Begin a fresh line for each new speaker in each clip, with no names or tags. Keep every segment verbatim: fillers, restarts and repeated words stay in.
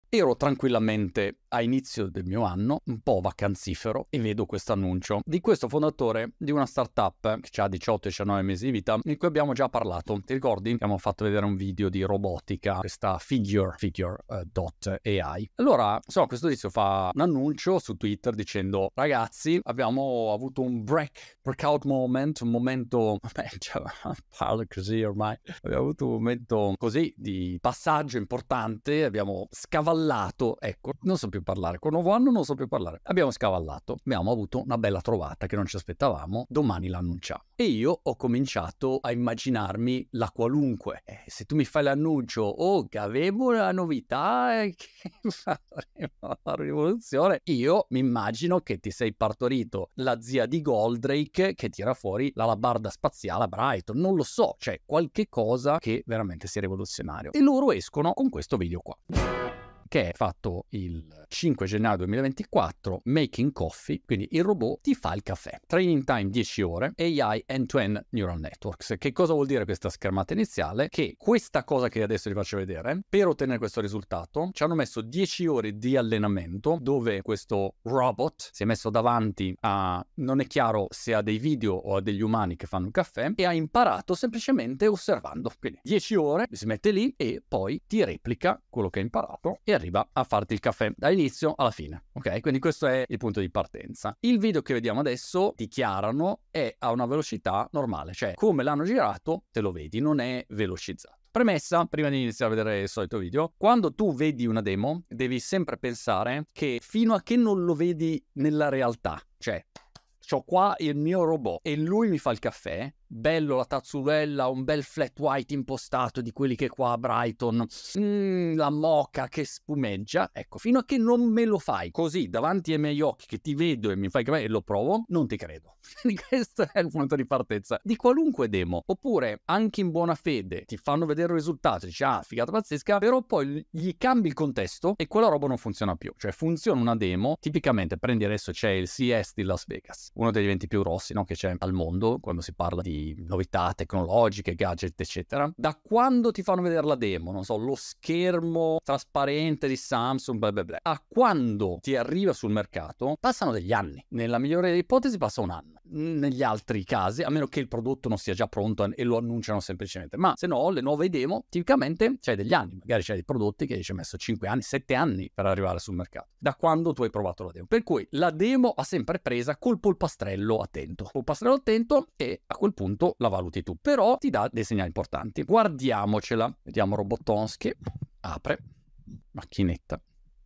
Ero tranquillamente a inizio del mio anno, un po' vacanzifero, e vedo questo annuncio di questo fondatore di una startup che ha diciotto diciannove mesi di vita, in cui abbiamo già parlato. Ti ricordi? Abbiamo fatto vedere un video di robotica, questa Figure, figure dot A I. Allora, insomma, questo tizio fa un annuncio su Twitter dicendo: ragazzi, abbiamo avuto un break, breakout moment, un momento, vabbè, cioè, parlo così ormai, abbiamo avuto un momento così di passaggio importante, abbiamo scavallato, ecco, non so più parlare, con nuovo anno non so più parlare, abbiamo scavallato, abbiamo avuto una bella trovata che non ci aspettavamo, domani l'annunciamo. E io ho cominciato a immaginarmi la qualunque. Eh, se tu mi fai l'annuncio, oh, che avevo una novità, eh, che faremo la rivoluzione, io mi immagino che ti sei partorito la zia di Goldrake che tira fuori l'alabarda spaziale a Brighton, non lo so, cioè qualche cosa che veramente sia rivoluzionario. E loro escono con questo video qua, che è fatto il cinque gennaio duemilaventiquattro, Making Coffee, quindi il robot ti fa il caffè. Training time dieci ore, A I End-to-End Neural Networks. Che cosa vuol dire questa schermata iniziale? Che questa cosa che adesso vi faccio vedere, per ottenere questo risultato, ci hanno messo dieci ore di allenamento, dove questo robot si è messo davanti a, non è chiaro se a dei video o a degli umani che fanno il caffè, e ha imparato semplicemente osservando. Quindi dieci ore, si mette lì e poi ti replica quello che ha imparato e arriva a farti il caffè dall'inizio alla fine, ok? Quindi questo è il punto di partenza. Il video che vediamo adesso, dichiarano, è a una velocità normale, cioè come l'hanno girato te lo vedi, non è velocizzato. Premessa, prima di iniziare a vedere il solito video, quando tu vedi una demo devi sempre pensare che fino a che non lo vedi nella realtà, cioè c'ho qua il mio robot e lui mi fa il caffè, bello, la tazzulella, un bel flat white impostato di quelli che qua a Brighton, mm, la moka che spumeggia, ecco, fino a che non me lo fai così davanti ai miei occhi, che ti vedo e mi fai il caffè e lo provo, non ti credo. Questo è il punto di partenza di qualunque demo. Oppure anche in buona fede ti fanno vedere il risultato, dici ah, figata pazzesca, però poi gli cambi il contesto e quella roba non funziona più. Cioè funziona una demo, tipicamente prendi adesso c'è il C E S di Las Vegas, uno degli eventi più grossi, no, che c'è al mondo quando si parla di novità tecnologiche, gadget eccetera. Da quando ti fanno vedere la demo, non so, lo schermo trasparente di Samsung, bla bla bla, a quando ti arriva sul mercato passano degli anni. Nella migliore delle ipotesi passa un anno, negli altri casi, a meno che il prodotto non sia già pronto e lo annunciano semplicemente, ma se no le nuove demo tipicamente c'hai degli anni, magari c'hai dei prodotti che ci hai messo cinque anni, sette anni per arrivare sul mercato, da quando tu hai provato la demo. Per cui la demo va sempre presa col polpastrello attento, polpastrello attento, e a quel punto la valuti tu, però ti dà dei segnali importanti. Guardiamocela, vediamo Robotonski, apre, macchinetta,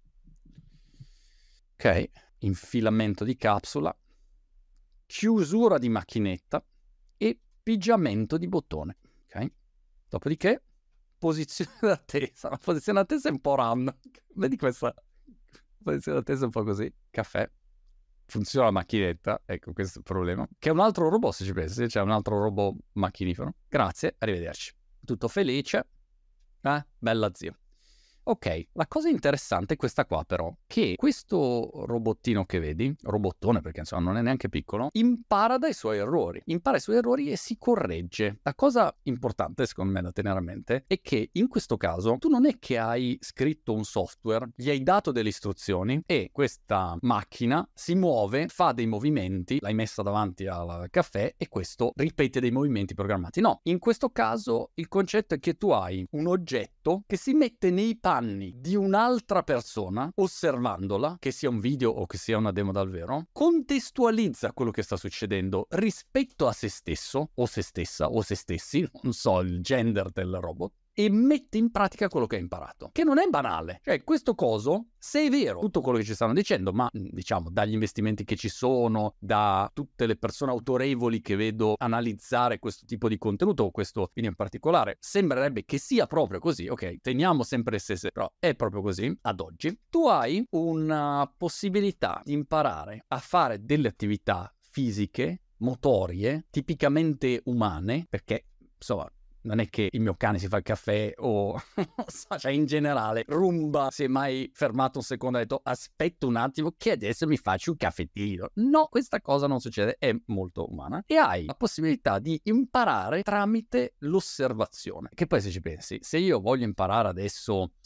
ok, infilamento di capsula, chiusura di macchinetta e pigiamento di bottone, ok? Dopodiché posizione d'attesa, la posizione d'attesa è un po' run, vedi questa posizione d'attesa un po' così, caffè, funziona la macchinetta, ecco questo è il problema, che è un altro robot se ci pensi, c'è un altro robot macchinifero. Grazie, arrivederci. Tutto felice, eh? Bella zio. Ok, la cosa interessante è questa qua però, che questo robottino che vedi, robottone perché insomma non è neanche piccolo, impara dai suoi errori, impara i suoi errori e si corregge. La cosa importante secondo me da tenere a mente è che in questo caso tu non è che hai scritto un software, gli hai dato delle istruzioni e questa macchina si muove, fa dei movimenti, l'hai messa davanti al caffè e questo ripete dei movimenti programmati. No, in questo caso il concetto è che tu hai un oggetto che si mette nei panni di un'altra persona, osservandola, che sia un video o che sia una demo dal vero, contestualizza quello che sta succedendo rispetto a se stesso, o se stessa, o se stessi, non so il gender del robot, e mette in pratica quello che ha imparato, che non è banale. Cioè questo coso, se è vero tutto quello che ci stanno dicendo, ma diciamo dagli investimenti che ci sono, da tutte le persone autorevoli che vedo analizzare questo tipo di contenuto o questo video in particolare, sembrerebbe che sia proprio così. Ok, teniamo sempre se se, però è proprio così ad oggi. Tu hai una possibilità di imparare a fare delle attività fisiche, motorie, tipicamente umane, perché insomma non è che il mio cane si fa il caffè o cioè in generale Rumba si è mai fermato un secondo e ha detto aspetta un attimo che adesso mi faccio un caffettino. No, questa cosa non succede, è molto umana e hai la possibilità di imparare tramite l'osservazione. Che poi se ci pensi, se io voglio imparare adesso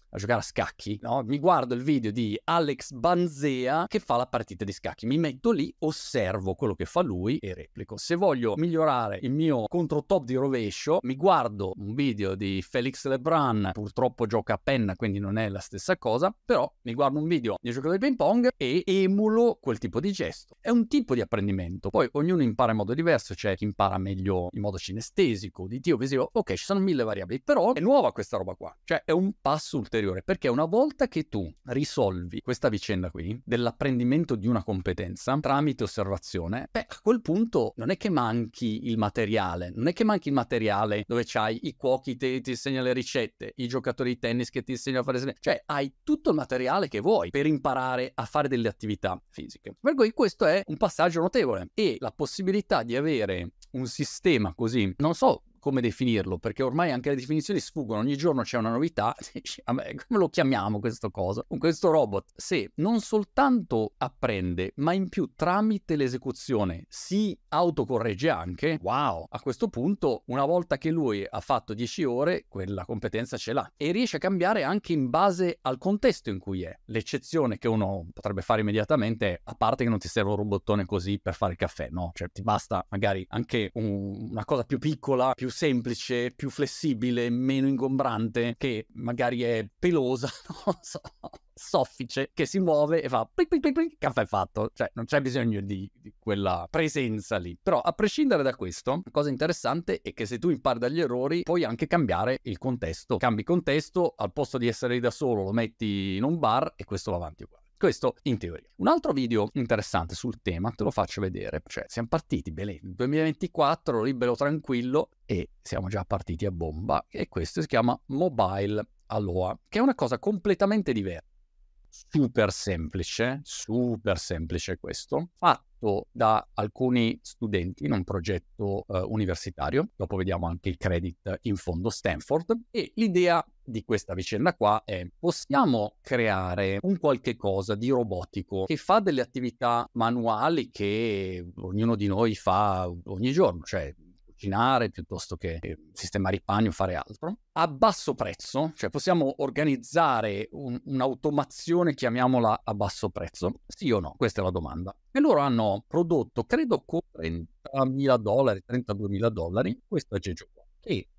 a giocare a scacchi, no? Mi guardo il video di Alex Banzea che fa la partita di scacchi, mi metto lì, osservo quello che fa lui e replico. Se voglio migliorare il mio controtop di rovescio, mi guardo un video di Felix Lebrun, purtroppo gioca a penna quindi non è la stessa cosa, però mi guardo un video di giocatore di ping pong e emulo quel tipo di gesto. È un tipo di apprendimento, poi ognuno impara in modo diverso, c'è chi impara meglio in modo cinestesico, uditivo, visivo, ok, ci sono mille variabili, però è nuova questa roba qua, cioè è un passo ulteriore, perché una volta che tu risolvi questa vicenda qui dell'apprendimento di una competenza tramite osservazione, beh, a quel punto non è che manchi il materiale, non è che manchi il materiale dove c'hai i cuochi che ti insegnano le ricette, i giocatori di tennis che ti insegnano a fare, cioè hai tutto il materiale che vuoi per imparare a fare delle attività fisiche. Per cui questo è un passaggio notevole e la possibilità di avere un sistema così, non so come definirlo, perché ormai anche le definizioni sfuggono, ogni giorno c'è una novità, vabbè, come lo chiamiamo questo coso? Con questo robot, se non soltanto apprende, ma in più tramite l'esecuzione si autocorregge anche, wow, a questo punto una volta che lui ha fatto dieci ore, quella competenza ce l'ha e riesce a cambiare anche in base al contesto in cui è. L'eccezione che uno potrebbe fare immediatamente è, a parte che non ti serve un robottone così per fare il caffè, no? Cioè ti basta magari anche un, una cosa più piccola, più semplice, più flessibile, meno ingombrante, che magari è pelosa, non so, soffice, che si muove e fa plic, plic, plic, plic, caffè fatto. Cioè non c'è bisogno di, di quella presenza lì. Però a prescindere da questo, la cosa interessante è che se tu impari dagli errori puoi anche cambiare il contesto. Cambi contesto, al posto di essere lì da solo lo metti in un bar e questo va avanti uguale. Questo in teoria. Un altro video interessante sul tema te lo faccio vedere, cioè siamo partiti bene nel duemilaventiquattro, libero tranquillo, e siamo già partiti a bomba, e questo si chiama Mobile Aloha, che è una cosa completamente diversa, super semplice, super semplice questo, fatto da alcuni studenti in un progetto uh, universitario, dopo vediamo anche il credit in fondo Stanford, e l'idea di questa vicenda qua è: possiamo creare un qualche cosa di robotico che fa delle attività manuali che ognuno di noi fa ogni giorno, cioè cucinare piuttosto che sistemare i panni o fare altro, a basso prezzo, cioè possiamo organizzare un, un'automazione, chiamiamola a basso prezzo, sì o no? Questa è la domanda. E loro hanno prodotto, credo con trentamila dollari, trentaduemila dollari, questo aggeggio qua, che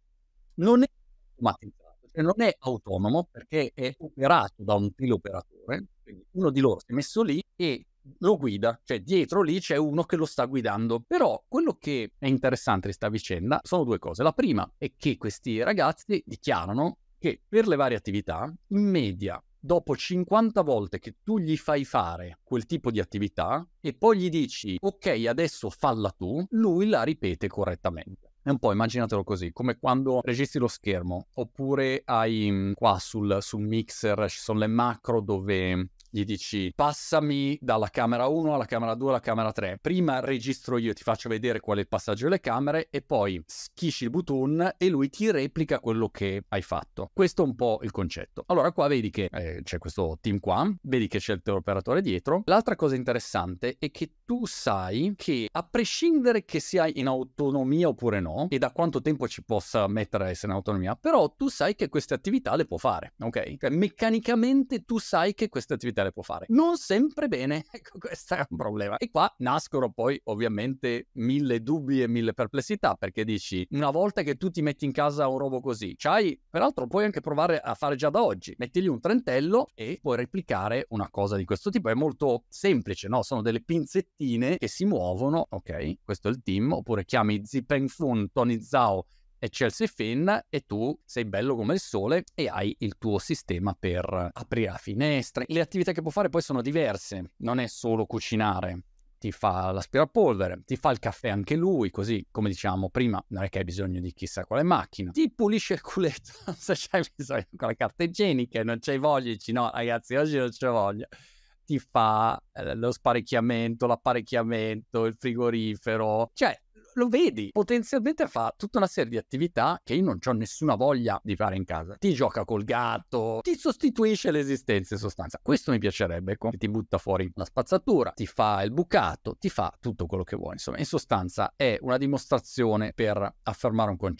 non è automatizzato, cioè non è autonomo perché è operato da un teleoperatore, quindi uno di loro si è messo lì e lo guida, cioè dietro lì c'è uno che lo sta guidando. Però quello che è interessante di sta vicenda sono due cose. La prima è che questi ragazzi dichiarano che per le varie attività, in media, dopo cinquanta volte che tu gli fai fare quel tipo di attività e poi gli dici ok adesso falla tu, lui la ripete correttamente. È un po', immaginatelo così, come quando registri lo schermo, oppure hai qua sul, sul mixer ci sono le macro dove gli dici passami dalla camera uno alla camera due alla camera tre, prima registro io, ti faccio vedere qual è il passaggio delle camere e poi schisci il button e lui ti replica quello che hai fatto. Questo è un po' il concetto. Allora qua vedi che eh, c'è questo team qua, vedi che c'è il teleoperatore dietro. L'altra cosa interessante è che tu sai che a prescindere che sia in autonomia oppure no, e da quanto tempo ci possa mettere a essere in autonomia, però tu sai che queste attività le può fare, ok? Cioè, meccanicamente tu sai che queste attività le può fare. Non sempre bene, ecco, questo è un problema. E qua nascono poi ovviamente mille dubbi e mille perplessità, perché dici, una volta che tu ti metti in casa un robo così, c'hai, peraltro puoi anche provare a fare già da oggi, mettigli un trentello e puoi replicare una cosa di questo tipo. È molto semplice, no? Sono delle pinzettine che si muovono, ok? Questo è il team, oppure chiami Zipeng Fun, Tony Zhao e Chelsea Finn e tu sei bello come il sole e hai il tuo sistema per aprire la finestra. Le attività che può fare poi sono diverse, non è solo cucinare, ti fa l'aspirapolvere, ti fa il caffè anche lui, così come diciamo prima, non è che hai bisogno di chissà quale macchina, ti pulisce il culetto se c'hai bisogno con la carta igienica, non c'hai voglia, dici no ragazzi oggi non c'ho voglia, ti fa eh, lo sparecchiamento, l'apparecchiamento, il frigorifero, cioè lo vedi, potenzialmente fa tutta una serie di attività che io non ho nessuna voglia di fare in casa. Ti gioca col gatto, ti sostituisce l'esistenza in sostanza. Questo mi piacerebbe, ecco. Ti butta fuori la spazzatura, ti fa il bucato, ti fa tutto quello che vuoi. Insomma, in sostanza è una dimostrazione per affermare un concetto.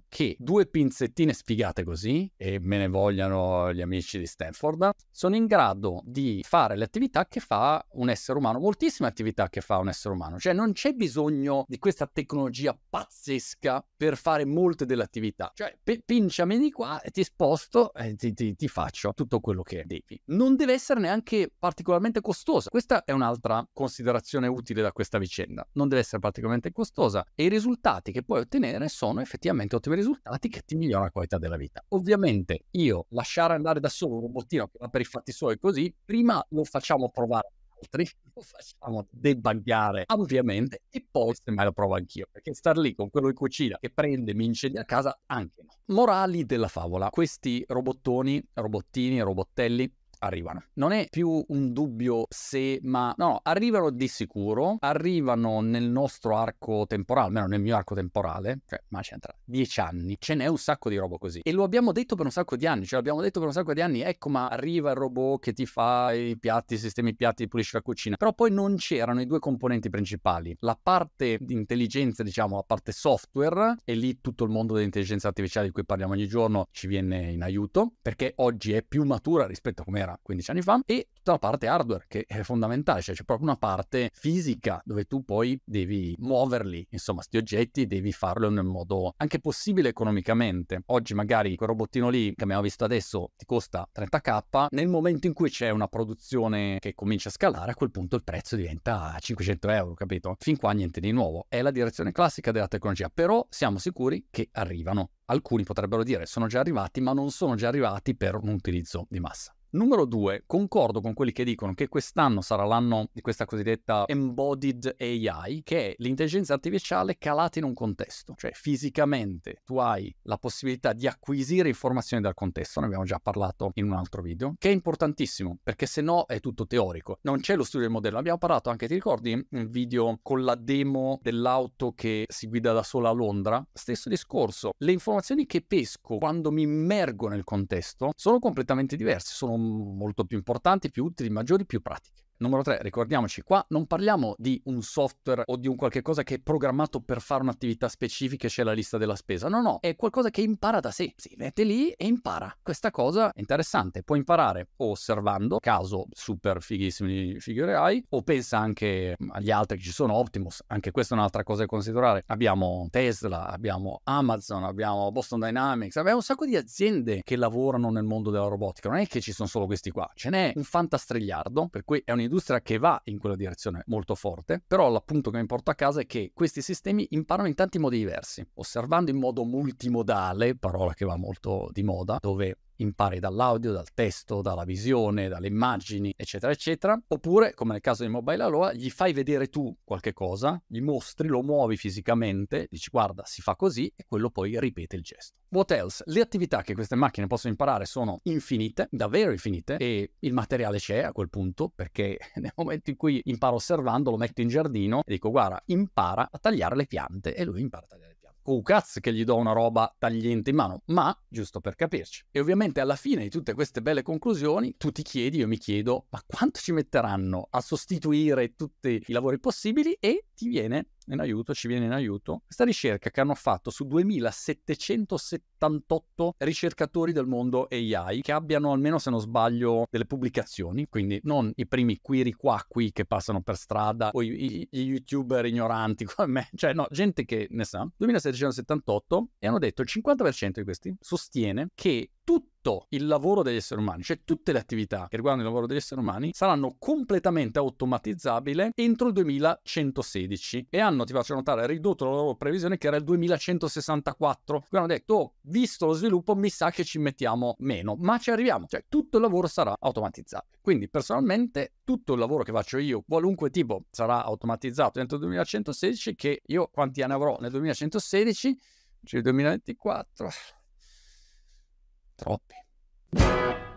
che due pinzettine sfigate così, e me ne vogliano gli amici di Stanford, sono in grado di fare le attività che fa un essere umano, moltissime attività che fa un essere umano. Cioè non c'è bisogno di questa tecnologia pazzesca per fare molte delle attività. Cioè p- pinciami di qua e ti sposto e ti, ti, ti faccio tutto quello che devi. Non deve essere neanche particolarmente costosa. Questa è un'altra considerazione utile da questa vicenda. Non deve essere particolarmente costosa e i risultati che puoi ottenere sono effettivamente ottimi risultati che ti migliorano la qualità della vita. Ovviamente io lasciare andare da solo un robottino che va per i fatti suoi così, prima lo facciamo provare altri, lo facciamo debuggare ampiamente e poi semmai lo provo anch'io, perché star lì con quello in cucina che prende e mi incendia a casa anche no. Morali della favola: questi robottoni, robottini, robottelli arrivano. Non è più un dubbio se, ma no, arrivano di sicuro, arrivano nel nostro arco temporale, almeno nel mio arco temporale, cioè ma c'è tra dieci anni, ce n'è un sacco di roba così. E lo abbiamo detto per un sacco di anni, cioè l'abbiamo detto per un sacco di anni, ecco ma arriva il robot che ti fa i piatti, sistemi i piatti, pulisce la cucina. Però poi non c'erano i due componenti principali, la parte di intelligenza, diciamo, la parte software, e lì tutto il mondo dell'intelligenza artificiale di cui parliamo ogni giorno ci viene in aiuto, perché oggi è più matura rispetto a come era quindici anni fa, e tutta la parte hardware che è fondamentale, cioè c'è proprio una parte fisica dove tu poi devi muoverli, insomma sti oggetti devi farlo nel modo anche possibile economicamente. Oggi magari quel robottino lì che abbiamo visto adesso ti costa trenta k, nel momento in cui c'è una produzione che comincia a scalare, a quel punto il prezzo diventa cinquecento euro, capito? Fin qua niente di nuovo, è la direzione classica della tecnologia, però siamo sicuri che arrivano. Alcuni potrebbero dire sono già arrivati, ma non sono già arrivati per un utilizzo di massa. Numero due, concordo con quelli che dicono che quest'anno sarà l'anno di questa cosiddetta embodied A I, che è l'intelligenza artificiale calata in un contesto. Cioè fisicamente tu hai la possibilità di acquisire informazioni dal contesto, ne abbiamo già parlato in un altro video, che è importantissimo, perché se no è tutto teorico. Non c'è lo studio del modello. Abbiamo parlato anche, ti ricordi, un video con la demo dell'auto che si guida da sola a Londra? Stesso discorso. Le informazioni che pesco quando mi immergo nel contesto sono completamente diverse, sono molto più importanti, più utili, maggiori, più pratiche. Numero tre, ricordiamoci, qua non parliamo di un software o di un qualche cosa che è programmato per fare un'attività specifica e c'è la lista della spesa. No, no, è qualcosa che impara da sé. Si mette lì e impara. Questa cosa è interessante. Può imparare o osservando, caso super fighissimi di Figure A I, o pensa anche agli altri che ci sono, Optimus, anche questa è un'altra cosa da considerare. Abbiamo Tesla, abbiamo Amazon, abbiamo Boston Dynamics, abbiamo un sacco di aziende che lavorano nel mondo della robotica. Non è che ci sono solo questi qua, ce n'è un fantastrigliardo, per cui è un industria che va in quella direzione molto forte, però l'appunto che mi porto a casa è che questi sistemi imparano in tanti modi diversi, osservando in modo multimodale, parola che va molto di moda, dove impari dall'audio, dal testo, dalla visione, dalle immagini, eccetera, eccetera. Oppure, come nel caso di Mobile Aloha, gli fai vedere tu qualche cosa, gli mostri, lo muovi fisicamente, dici guarda, si fa così, e quello poi ripete il gesto. What else? Le attività che queste macchine possono imparare sono infinite, davvero infinite, e il materiale c'è a quel punto, perché nel momento in cui imparo osservando, lo metto in giardino e dico guarda, impara a tagliare le piante, e lui impara a tagliare le piante. Oh cazzo che gli do una roba tagliente in mano, ma giusto per capirci. E ovviamente alla fine di tutte queste belle conclusioni tu ti chiedi, io mi chiedo, ma quanto ci metteranno a sostituire tutti i lavori possibili? E ti viene in aiuto, ci viene in aiuto questa ricerca che hanno fatto su duemilasettecentosettantotto ricercatori del mondo A I che abbiano almeno, se non sbaglio, delle pubblicazioni, quindi non i primi quiriquacqui che passano per strada o i, i, gli youtuber ignoranti come me, cioè no, gente che ne sa. duemilasettecentosettantotto, e hanno detto il cinquanta per cento di questi sostiene che tutto il lavoro degli esseri umani, cioè tutte le attività che riguardano il lavoro degli esseri umani, saranno completamente automatizzabili entro il duemilacentosedici, e hanno, ti faccio notare, ridotto la loro previsione che era il duemilacentosessantaquattro. Quindi hanno detto, oh, visto lo sviluppo mi sa che ci mettiamo meno, ma ci arriviamo, cioè tutto il lavoro sarà automatizzato. Quindi personalmente tutto il lavoro che faccio io, qualunque tipo, sarà automatizzato entro il duemilacentosedici, che io quanti anni avrò nel duemilacentosedici? Cioè il duemilaventiquattro... Troppi.